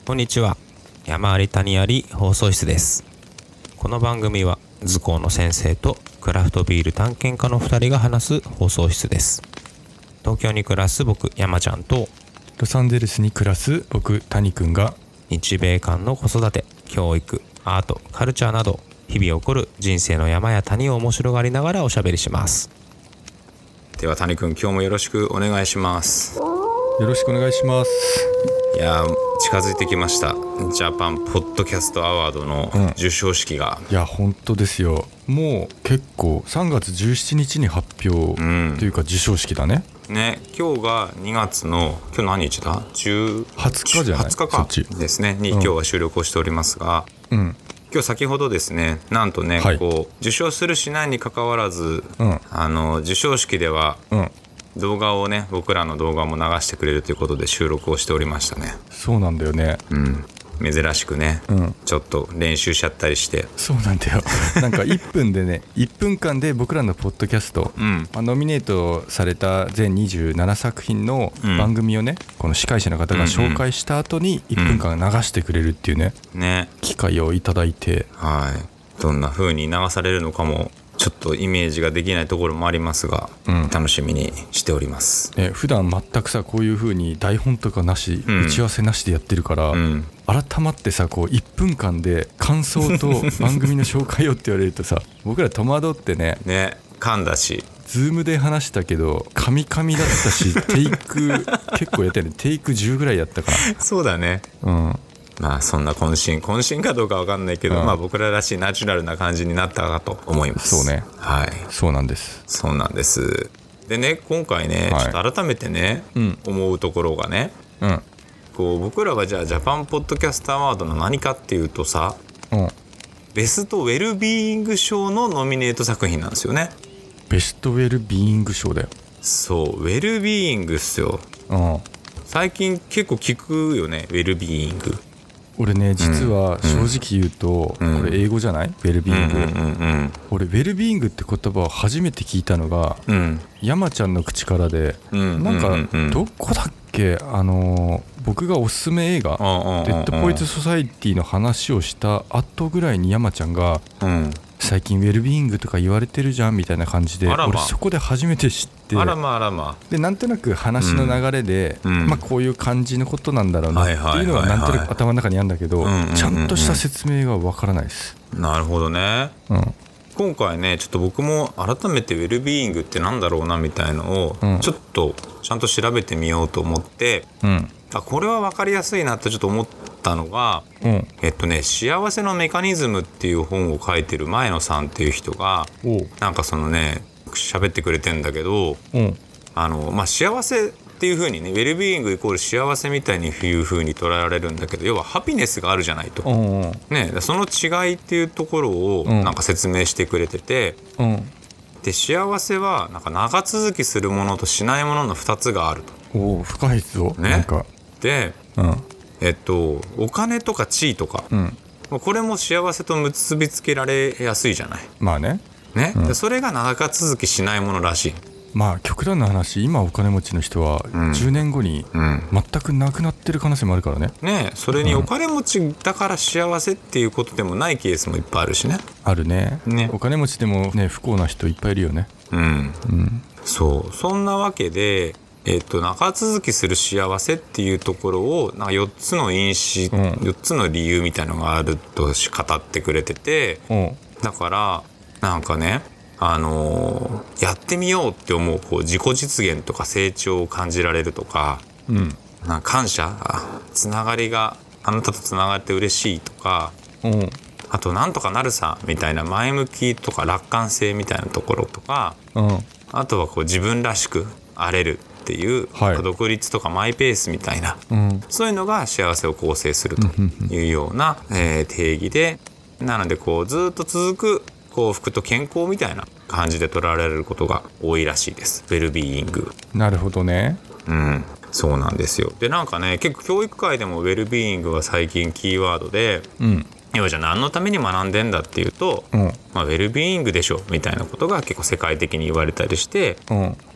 こんにちは。山あり谷あり放送室です。この番組は図工の先生とクラフトビール探検家の2人が話す放送室です。東京に暮らす僕山ちゃんとロサンゼルスに暮らす僕谷くんが日米間の子育て、教育、アート、カルチャーなど日々起こる人生の山や谷を面白がりながらおしゃべりします。では谷くん、今日もよろしくお願いします。 よろしくお願いします。 いや近づいてきました。ジャパンポッドキャストアワードの授賞式が、 いや本当ですよ。もう結構3月17日に発表というか授賞式だね。 ね、今日が2月の今日何日だ20 日じゃない？ 20日かですねに今日は収録をしておりますが、今日先ほどですね、なんとね、こう受賞するしないにかかわらず、授賞式では、動画をね、僕らの動画も流してくれるということで収録をしておりましたね。 そうなんだよね。 珍しくね、ちょっと練習しちゃったりして。 そうなんだよ。なんか1分でね1分間で僕らのポッドキャスト、ノミネートされた全27作品の番組をね、この司会者の方が紹介した後に1分間流してくれるっていうね、機会をいただいて、 どんな風に流されるのかもちょっとイメージができないところもありますが、楽しみにしております、 普段全くさこういう風に台本とかなし、打ち合わせなしでやってるから、改まってさこう1分間で感想と番組の紹介をって言われるとさ僕ら戸惑ってね噛んだし、 ズームで話したけどカミカミだったしテイク結構やったよね。テイク10ぐらいやったからそうだね。まあそんな渾身かどうか分かんないけど、まあ僕ららしいナチュラルな感じになったかと思います。 そうね。そうなんです。 そうなんです。でね、今回ね、ちょっと改めてね、思うところがね、こう僕らがじゃあジャパンポッドキャストアワードの何かっていうとさ、ベストウェルビーイング賞のノミネート作品なんですよね。 ベストウェルビーイング賞だよ。 そう、ウェルビーイングっすよ。最近結構聞くよね、ウェルビーイング。 俺ね実は正直言うと、これ英語じゃない？ウェルビーイング。俺ウェルビーイングって言葉を初めて聞いたのが、山ちゃんの口からで、なんかどこだっけ、僕がおすすめ映画デッドポイズソサイティの話をした後ぐらいに山ちゃんが、最近ウェルビーイングとか言われてるじゃんみたいな感じで、俺そこで初めて知って、でなんとなく話の流れで、こういう感じのことなんだろうなっていうのはなんとなく頭の中にあるんだけど、ちゃんとした説明がわからないです。 なるほどね。今回ねちょっと僕も改めてウェルビーイングってなんだろうなみたいのをちょっとちゃんと調べてみようと思って、これは分かりやすいなってちょっと思ったのが、幸せのメカニズムっていう本を書いてる前野さんっていう人がなんかそのね喋ってくれてんだけど、幸せっていう風にね、ウェルビーイングイコール幸せみたいにいう風に捉えられるんだけど、要はハピネスがあるじゃないと、その違いっていうところをなんか説明してくれてて、で幸せはなんか長続きするものとしないものの2つがあると。 深いぞ、なんかで、お金とか地位とか、これも幸せと結びつけられやすいじゃない。でそれが長続きしないものらしい。 極端な話、今お金持ちの人は10年後に全くなくなってる可能性もあるからね。 それにお金持ちだから幸せっていうことでもないケースもいっぱいあるしね。 あるね。お金持ちでもね不幸な人いっぱいいるよね。 そんなわけで、長続きする幸せっていうところをなんか4つの因子、4つの理由みたいなのがあると語ってくれてて、だからなんかねやってみようって思うこう自己実現とか成長を感じられるとか、なんか感謝、つながりがあなたとつながって嬉しいとか、あとなんとかなるさみたいな前向きとか楽観性みたいなところとか、あとはこう自分らしくあれるっていう、独立とかマイペースみたいな、そういうのが幸せを構成するというような、定義で、なのでこうずっと続く幸福と健康みたいな感じで捉えられることが多いらしいです、ウェルビーイング。 なるほどね。 そうなんですよ。でなんかね結構教育界でもウェルビーイングが最近キーワードで、要じゃあ何のために学んでんだっていうと、ウェルビーイングでしょみたいなことが結構世界的に言われたりして、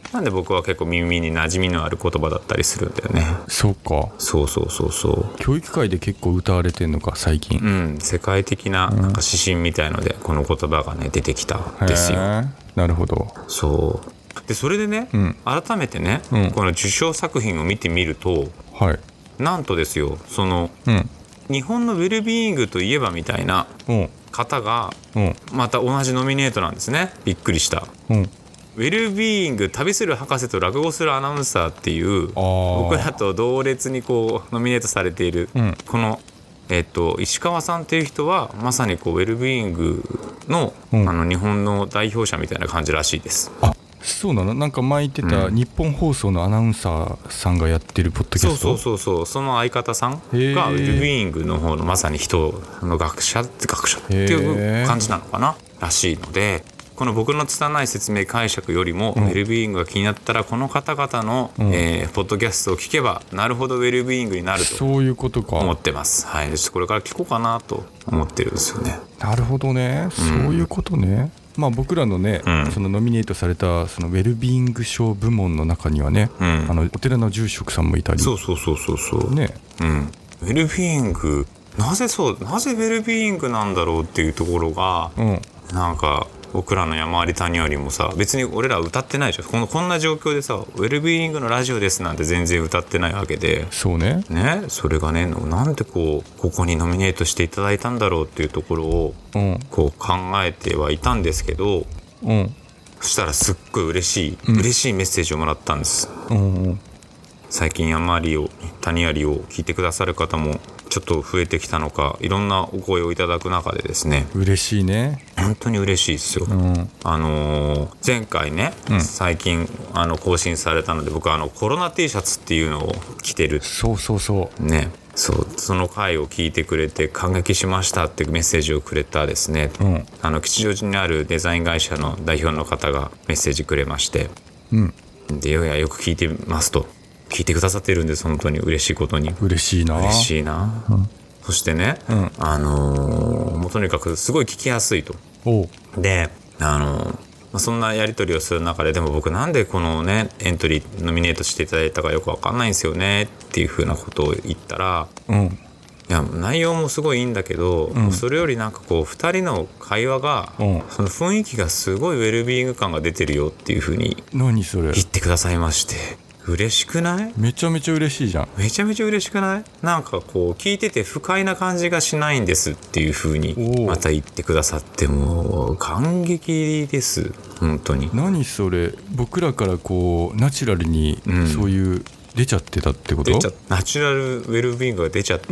なんで僕は結構耳に馴染みのある言葉だったりするんだよね。 そうか。 そうそうそうそう。 教育界で結構歌われてんのか最近。 うん、世界的ななんか指針みたいのでこの言葉がね出てきたんですよ。 なるほど。 そうで、それでね、改めてね、この受賞作品を見てみると、 はい、 なんとですよ、その、日本のウェルビーイングといえばみたいな方がまた同じノミネートなんですね。びっくりした。ウェルビーイング旅する博士と落語するアナウンサーっていう僕らと同列にこうノミネートされている、この、石川さんっていう人はまさにこうウェルビーイングの、日本の代表者みたいな感じらしいです。 あ、そうなの。なんか前言ってた日本放送のアナウンサーさんがやってるポッドキャスト。 そうその相方さんがウェルビーイングの方のまさに人の学者っていう感じなのかならしいので、この僕の拙い説明解釈よりも、ウェルビーイングが気になったらこの方々の、ポッドキャストを聞けばなるほどウェルビーイングになるとそういうことか思ってます。はい、これから聞こうかなと思ってるんですよね。 なるほどね、そういうことね。まあ、僕らのね、そのノミネートされたそのウェルビーイング賞部門の中にはね、お寺の住職さんもいたり。 そうね、ウェルビーイングなぜウェルビーイングなんだろうっていうところが、なんか僕らの山あり谷ありもさ、別に俺ら歌ってないでしょ。こんな状況でさ、ウェルビーイングのラジオですなんて全然歌ってないわけで。 そうね。 それがね、なんでここにノミネートしていただいたんだろうっていうところを、こう考えてはいたんですけど、そしたらすっごい嬉しいメッセージをもらったんです。最近山ありを谷ありを聞いてくださる方もちょっと増えてきたのか、いろんなお声をいただく中でですね、 嬉しいね。 本当に嬉しいですよ。前回ね、最近更新されたので、僕はコロナ T シャツっていうのを着てる。 そうね、その回を聞いてくれて感激しましたってメッセージをくれたですね、吉祥寺にあるデザイン会社の代表の方がメッセージくれまして、でよく聞いてますと。聞いてくださってるんです。本当に嬉しいことに。 嬉しいな、 そしてね、もうとにかくすごい聞きやすいと。でそんなやり取りをする中で、でも僕なんでこのねエントリーノミネートしていただいたかよく分かんないんですよねっていうふうなことを言ったら、いや内容もすごいいいんだけど、それよりなんかこう2人の会話が、その雰囲気がすごいウェルビーイング感が出てるよっていうふうに言ってくださいまして。嬉しくない？ めちゃめちゃ嬉しいじゃん。 めちゃめちゃ嬉しくない？なんかこう聞いてて不快な感じがしないんですっていう風にまた言ってくださって、もう感激です。本当に。 何それ、僕らからこうナチュラルにそういう出ちゃってたってこと？ ナチュラルウェルビーイングが出ちゃって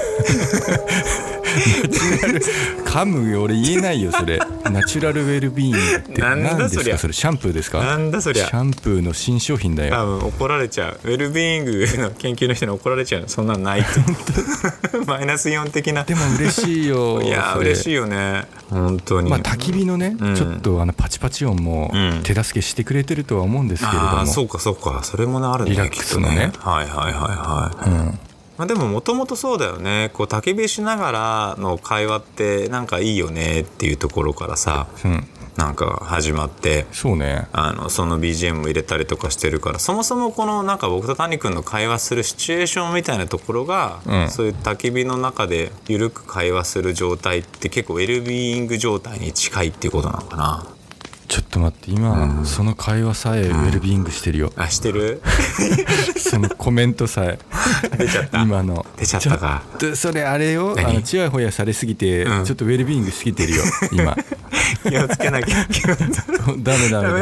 噛むよ、俺言えないよそれ。ナチュラルウェルビーイングって何ですか？それシャンプーですか？ なんだそりゃ。 シャンプーの新商品だよ。 多分怒られちゃう。ウェルビーイングの研究の人に怒られちゃう。そんなんないってマイナスイオン的な。 でも嬉しいよ。 いや嬉しいよね本当に。 焚き火のね、ちょっとパチパチ音も手助けしてくれてるとは思うんですけれども、 そうかそれもあるんだ。 リラックスのね。 でももともとそうだよね。こう焚き火しながらの会話ってなんかいいよねっていうところからさ、なんか始まって、 そうね、 その BGM も入れたりとかしてるから、そもそもこのなんか僕と谷君の会話するシチュエーションみたいなところが、そういう焚き火の中で緩く会話する状態って結構ウェルビーイング状態に近いっていうことなのかな。 ちょっと待って、今、その会話さえウェルビーイングしてるよ。 してるそのコメントさえ出ちゃった今の出ちゃったか。 それあれよ、ちやほやされすぎて、ちょっとウェルビーイングしすぎてるよ今。 気をつけなきゃダ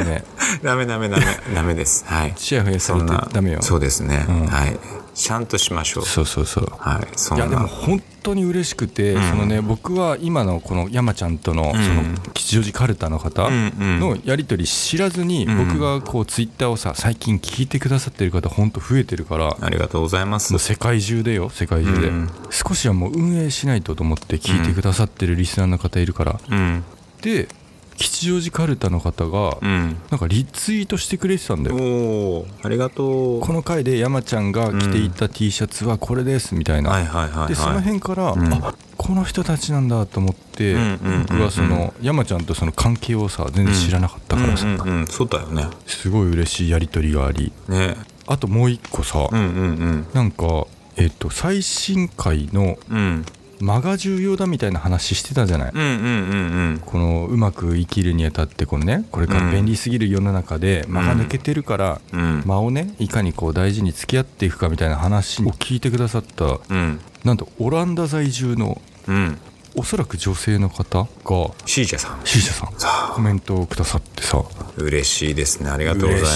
メです。はい、 ちやほやされてダメよ。 そうですね、はい、ちゃんとしましょう。 そう、 はい、 いやでも本当に嬉しくて、そのね、僕は今のこの山ちゃんとのその吉祥寺カルタの方のやり取り知らずに、僕がこうツイッターをさ、最近聞いてくださってる方本当増えてるから、 ありがとうございます。 世界中で、少しはもう運営しないとと思って聞いてくださってるリスナーの方いるから、で吉祥寺カルタの方がなんかリツイートしてくれてたんだよ。 おー、ありがとう。 この回で山ちゃんが着ていた T シャツはこれですみたいな。でその辺から、 この人たちなんだと思って、僕はその山ちゃんとその関係をさ全然知らなかったからさ、 そうだよね。 すごい嬉しいやり取りがあり、 ね、 あともう一個さ、なんか最新回の間が重要だみたいな話してたじゃない。このうまく生きるにあたってこれから便利すぎる世の中で間が抜けてるから、間をねいかにこう大事に付き合っていくかみたいな話を聞いてくださった、なんとオランダ在住の、おそらく女性の方がシージャさんコメントをくださってさ、 嬉しいですね。ありがとうございます。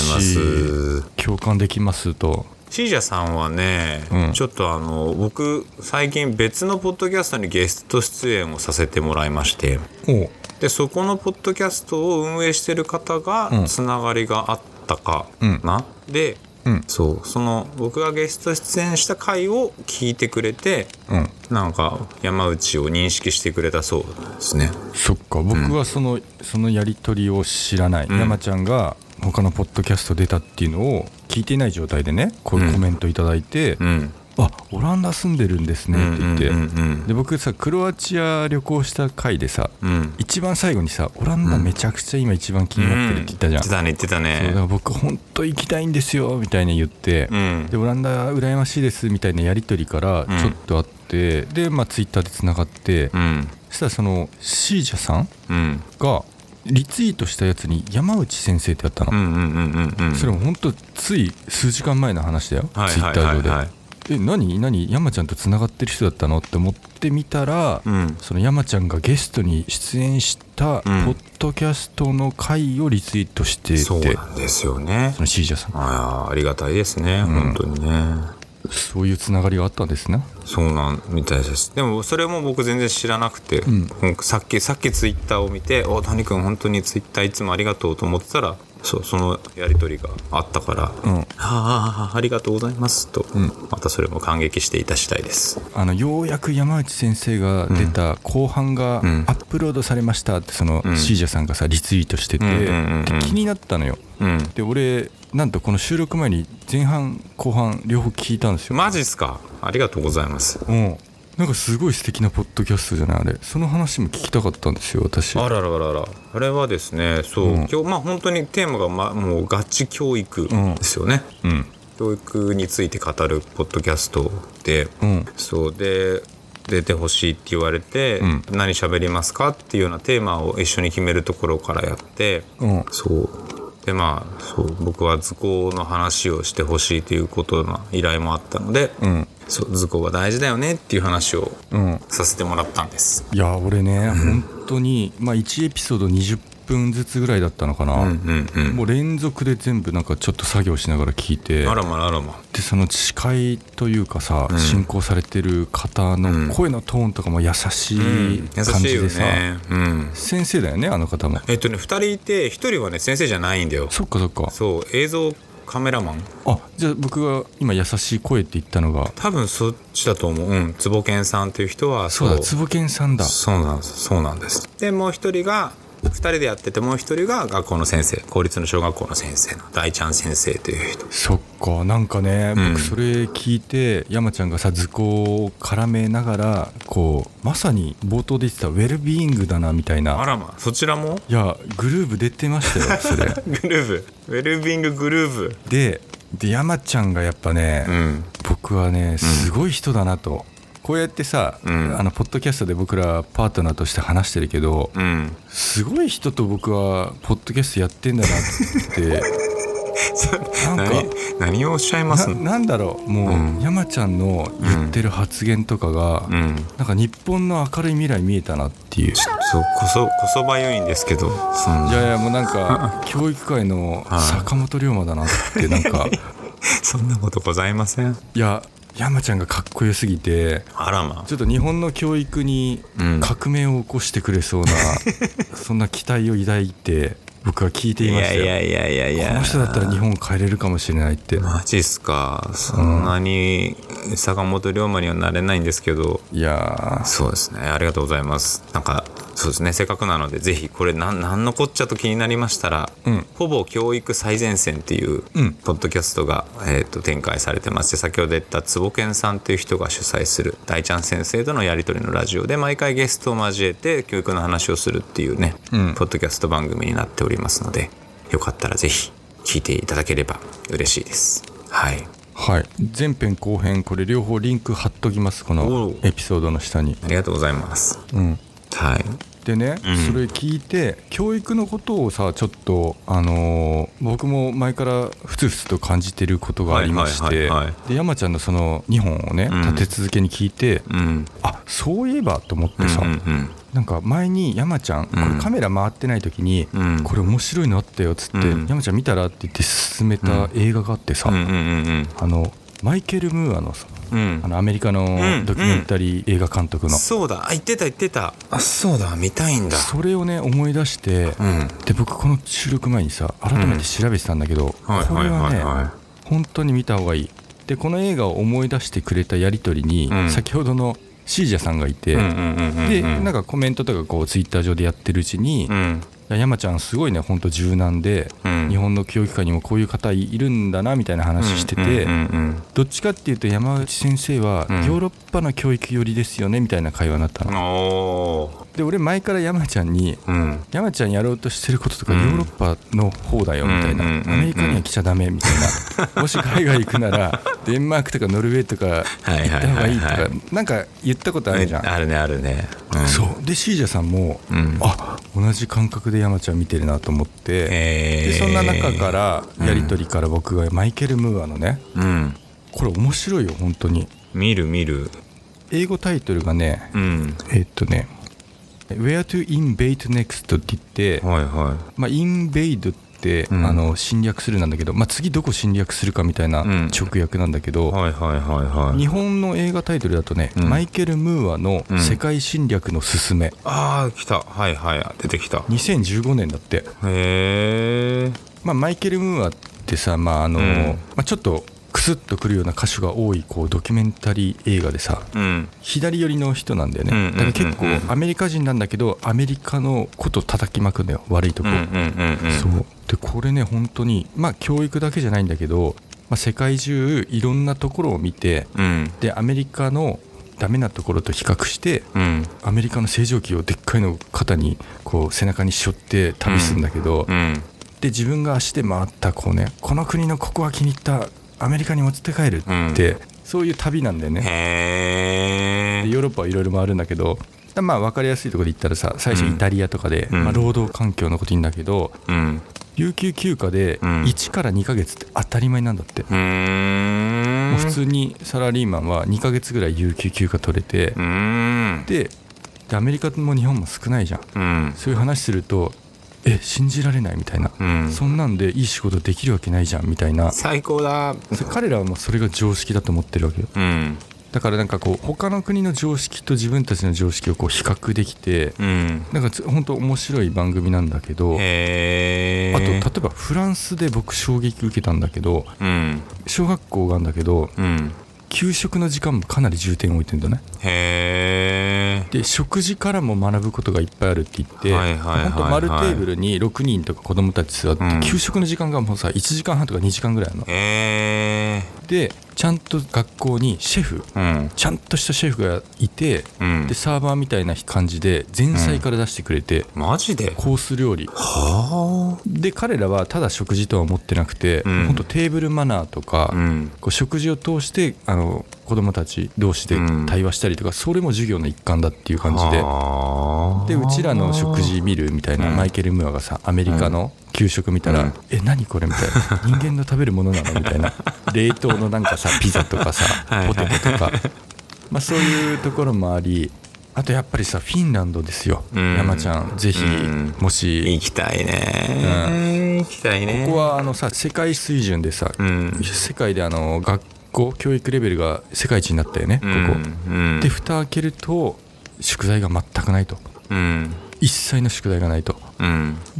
共感できますと。 シージャさんはね、ちょっと僕最近別のポッドキャストにゲスト出演をさせてもらいまして、でそこのポッドキャストを運営してる方がつながりがあったかな、で、その僕がゲスト出演した回を聞いてくれて、なんか山内を認識してくれたそうですね。 そっか、僕はそのやり取りを知らない、山ちゃんが他のポッドキャスト出たっていうのを聞いていない状態でね、こういうコメントいただいて、あ、オランダ住んでるんですねって言って、で僕さクロアチア旅行した回でさ、一番最後にさ、オランダめちゃくちゃ今一番気になってるって言ったじゃん。 言ってたね。 そうだから僕本当行きたいんですよみたいに言って、でオランダ羨ましいですみたいなやり取りからちょっとあって、でまあツイッターでつながって、そしたらそのシージャさんがリツイートしたやつに山内先生ってやったの。それも本当つい数時間前の話だよ、ツイッター上で。何山ちゃんとつながってる人だったのって思ってみたら、その山ちゃんがゲストに出演したポッドキャストの回をリツイートしてて、 そうなんですよね。 そのシージャさん、 ありがたいですね、本当にね。 そういうつながりがあったんですね。 そうなんみたいです。でもそれも僕全然知らなくて、さっきツイッターを見て、谷君本当にツイッターいつもありがとうと思ってたら、そのやり取りがあったから、ありがとうございますと、またそれも感激していた次第です。 ようやく山内先生が出た後半がアップロードされましたってそのシージャさんがさリツイートしてて、気になったのよ。で俺なんとこの収録前に前半後半両方聞いたんですよ。 マジっすか。ありがとうございます。 なんかすごい素敵なポッドキャストじゃないあれ。その話も聞きたかったんですよ私。 あれはですね、今日本当にテーマが、もうガチ教育ですよね。教育について語るポッドキャストで、そうで出てほしいって言われて、何喋りますかっていうようなテーマを一緒に決めるところからやって、で僕は図工の話をしてほしいということの依頼もあったので、図工は大事だよねっていう話をさせてもらったんです。 いや俺ね、本当に1エピソード20分ずつぐらいだったのかな、もう連続で全部なんかちょっと作業しながら聞いて、でその司会というかさ、進行されてる方の声のトーンとかも優しい感じでさ、先生だよねあの方も。 2人いて1人はね先生じゃないんだよ。 そっかそう映像カメラマン。 じゃあ僕が今優しい声って言ったのが多分そっちだと思う。坪健さんっていう人はそうだ、坪健さんだ。 そうなんです。でもう一人が2人でやってて、もう一人が学校の先生、公立の小学校の先生の大ちゃん先生という人。 そっか、なんかね、僕それ聞いて山ちゃんがさ図工を絡めながらこうまさに冒頭で言ってたウェルビーイングだなみたいな。 そちらも。 いやグルーブ出てましたよそれグルーブ、ウェルビーインググルーブで山ちゃんがやっぱね、僕はねすごい人だなと。こうやってさ、ポッドキャストで僕らパートナーとして話してるけど、すごい人と僕はポッドキャストやってんだなってなんか何をおっしゃいますの。 なんだろう、もう、山ちゃんの言ってる発言とかが、なんか日本の明るい未来見えたなっていう。 そうこそばゆいんですけど、 いやもうなんか教育界の坂本龍馬だなってなんかそんなことございません。 いや山ちゃんがかっこよすぎて、ちょっと日本の教育に革命を起こしてくれそうな、そんな期待を抱いて僕は聞いていましたよ。いやこの人だったら日本を変えれるかもしれないって。 マジっすか。そんなに坂本龍馬にはなれないんですけど、いやそうですね、ありがとうございます。なんかそうですね、せっかくなのでぜひこれなんのこっちゃと気になりましたら、ほぼ教育最前線っていうポッドキャストが、展開されてまして、先ほど言った坪健さんっていう人が主催する大ちゃん先生とのやり取りのラジオで毎回ゲストを交えて教育の話をするっていうね、ポッドキャスト番組になっておりますので、よかったらぜひ聞いていただければ嬉しいです。はいはい、前編後編これ両方リンク貼っときます、このエピソードの下に。 ありがとうございます。はい。 でね、それ聞いて教育のことをさ、ちょっと僕も前からふつふつと感じてることがありまして、で山ちゃんのその2本をね立て続けに聞いて、あ、そういえばと思ってさ、なんか前に山ちゃんこれカメラ回ってない時に、これ面白いのあったよっつって、山ちゃん見たらって言って勧めた映画があってさ、マイケル・ムーアのさ、アメリカのドキュメンタリー映画監督の、 そうだ、言ってた、あ、そうだ、見たいんだ。 それをね思い出して、で僕この収録前にさ改めて調べてたんだけど、これはね本当に見た方がいい。でこの映画を思い出してくれたやり取りに、先ほどのシージャさんがいて、でなんかコメントとかこうツイッター上でやってるうちに、山ちゃんすごいね本当柔軟で、日本の教育界にもこういう方いるんだなみたいな話してて、どっちかっていうと山内先生はヨーロッパの教育寄りですよねみたいな会話になったの。で俺前から山ちゃんに、山ちゃんやろうとしてることとかヨーロッパの方だよみたいな、アメリカには来ちゃダメみたいな、もし海外行くならデンマークとかノルウェーとか行った方がいいとかなんか言ったことあるじゃん。 あるね。 そうでシージャさんも、あ、同じ感覚で山ちゃん見てるなと思って、でそんな中からやり取りから僕がマイケル・ムーアのね、これ面白いよ本当に。 見る。 英語タイトルがね、Where to Invade Next って言って、Invade って侵略するなんだけど、次どこ侵略するかみたいな直訳なんだけど、日本の映画タイトルだとね、マイケル・ムーアの世界侵略のすすめ。 ああ、来た。出てきた。 2015年だって。 へえ。 マイケル・ムーアってさ、ちょっとクスッとくるような歌手が多いこうドキュメンタリー映画でさ、左寄りの人なんだよね。だから結構アメリカ人なんだけどアメリカのこと叩きまくんだよ、悪いとこ。そうでこれね本当に教育だけじゃないんだけど、世界中いろんなところを見て、でアメリカのダメなところと比較して、アメリカの星条旗をでっかいの肩にこう背中に背負って旅するんだけど、で自分が足で回ったこうね、この国のここは気に入ったアメリカに持って帰るって、そういう旅なんだよね。でヨーロッパはいろいろ回るんだけど、分かりやすいところで言ったらさ、最初イタリアとかで、労働環境のこと言うんだけど、有給休暇で1から2ヶ月って当たり前なんだって。もう普通にサラリーマンは2ヶ月ぐらい有給休暇取れて、でアメリカも日本も少ないじゃん、そういう話すると信じられないみたいな、そんなんでいい仕事できるわけないじゃんみたいな。 最高だ。 彼らはもうそれが常識だと思ってるわけよ。だからなんかこう他の国の常識と自分たちの常識をこう比較できて、なんか本当面白い番組なんだけど、あと例えばフランスで僕衝撃受けたんだけど、小学校があるんだけど、給食の時間もかなり重点を置いてるんだね。で食事からも学ぶことがいっぱいあるって言って、本当丸テーブルに6人とか子供たち座って、給食の時間がもうさ1時間半とか2時間ぐらいあるの。でちゃんと学校にシェフ、ちゃんとしたシェフがいて、でサーバーみたいな感じで前菜から出してくれて、 マジでコース料理で、彼らはただ食事とは思ってなくて、本当テーブルマナーとか、こう食事を通して子供たち同士で対話したりとか、それも授業の一環だっていう感じで、でうちらの食事見るみたいな、マイケル・ムーアがさアメリカの給食見たら、何これみたいな、人間の食べるものなのみたいな、冷凍のなんかさピザとかさポテトとか、そういうところもあり、あとやっぱりさフィンランドですよ、山ちゃんぜひ、もし行きたいね、行きたいね。 ここはさ世界水準でさ、世界で学校教育レベルが世界一になったよね、ここ、で蓋開けると宿題が全くないと、一切の宿題がないと、で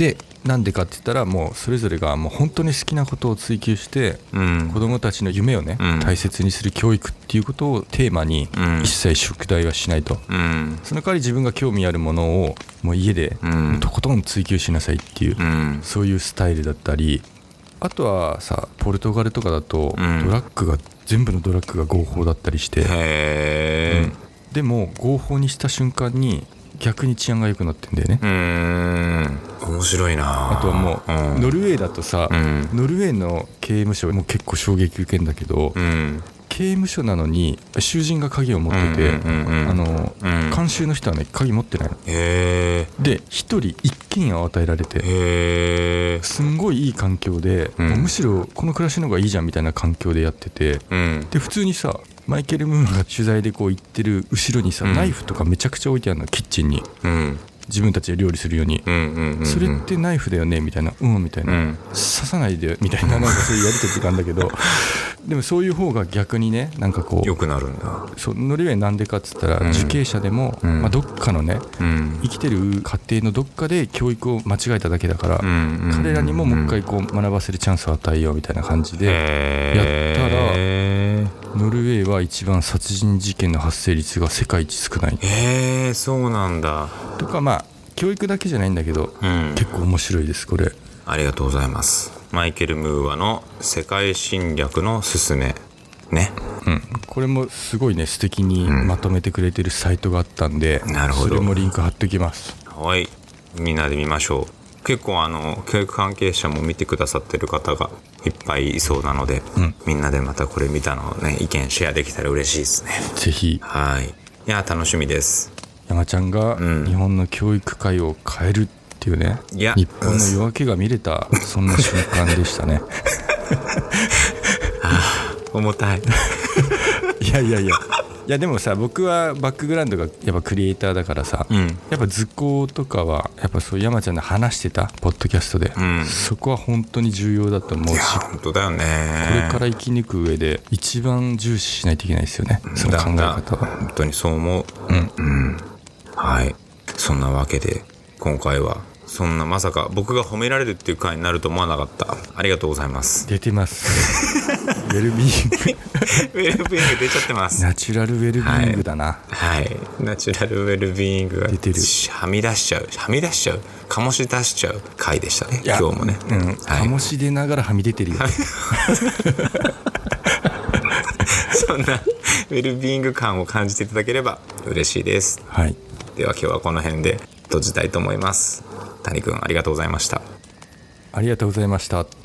なんでかって言ったらもうそれぞれがもう本当に好きなことを追求して、子どもたちの夢をね、大切にする教育っていうことをテーマに一切宿題はしないと、その代わり自分が興味あるものをもう家でとことん追求しなさいっていう、そういうスタイルだったり、あとはさポルトガルとかだと全部のドラッグが合法だったりして、でも合法にした瞬間に逆に治安が良くなってんだよね。 面白いな。 あとはもう、ノルウェーだとさ、ノルウェーの刑務所も結構衝撃受けんだけど、刑務所なのに囚人が鍵を持ってて、監修の人はね鍵持ってないの。で一人一軒家を与えられて、すんごいいい環境で、もうむしろこの暮らしの方がいいじゃんみたいな環境でやってて、で普通にさマイケル・ムーアが取材でこう行ってる後ろにさ、ナイフとかめちゃくちゃ置いてあるの、キッチンに、自分たちで料理するように、それってナイフだよねみたいな、みたいな、刺さないでみたいな、なんかそういうやりとりがあるんだけどでもそういう方が逆にね、なんかこう良くなるんだ。 そう、ノルウェーなんでかっつったら、受刑者でも、どっかのね、生きてる家庭のどっかで教育を間違えただけだから、彼らにももう一回こう学ばせるチャンスを与えようみたいな感じでやったら、ノルウェーは一番殺人事件の発生率が世界一少ない。 そうなんだ。 とか教育だけじゃないんだけど、結構面白いですこれ。 ありがとうございます。マイケル・ムーアの世界侵略のすすめね、 これもすごいね素敵にまとめてくれてるサイトがあったんで、 なるほど、 それもリンク貼っておきます。 はい、みんなで見ましょう。結構教育関係者も見てくださってる方がいっぱいいそうなので、みんなでまたこれ見たのをね意見シェアできたら嬉しいですね。 ぜひ。 はい、いや楽しみです。 山ちゃんが日本の教育界を変えるっていうね、日本の夜明けが見れたそんな瞬間でしたね重たいいやでもさ、僕はバックグラウンドがやっぱクリエイターだからさ、やっぱ図工とかはやっぱそう山ちゃんの話してたポッドキャストで、そこは本当に重要だと思うし、 本当だよね。 これから生き抜く上で一番重視しないといけないですよね、その考え方は。 本当にそう思う。はい、そんなわけで今回はそんなまさか僕が褒められるっていう回になると思わなかった。ありがとうございます。 出てますウェルビーイングウェルビーイング出ちゃってます。 ナチュラルウェルビーイングだな。 はい、ナチュラルウェルビーイングが出てる。 はみ出しちゃう醸し出しちゃう回でしたね今日もね。 醸し出ながらはみ出てるよそんなウェルビーイング感を感じていただければ嬉しいです。 はい、 では今日はこの辺で閉じたいと思います。谷君ありがとうございました。 ありがとうございました。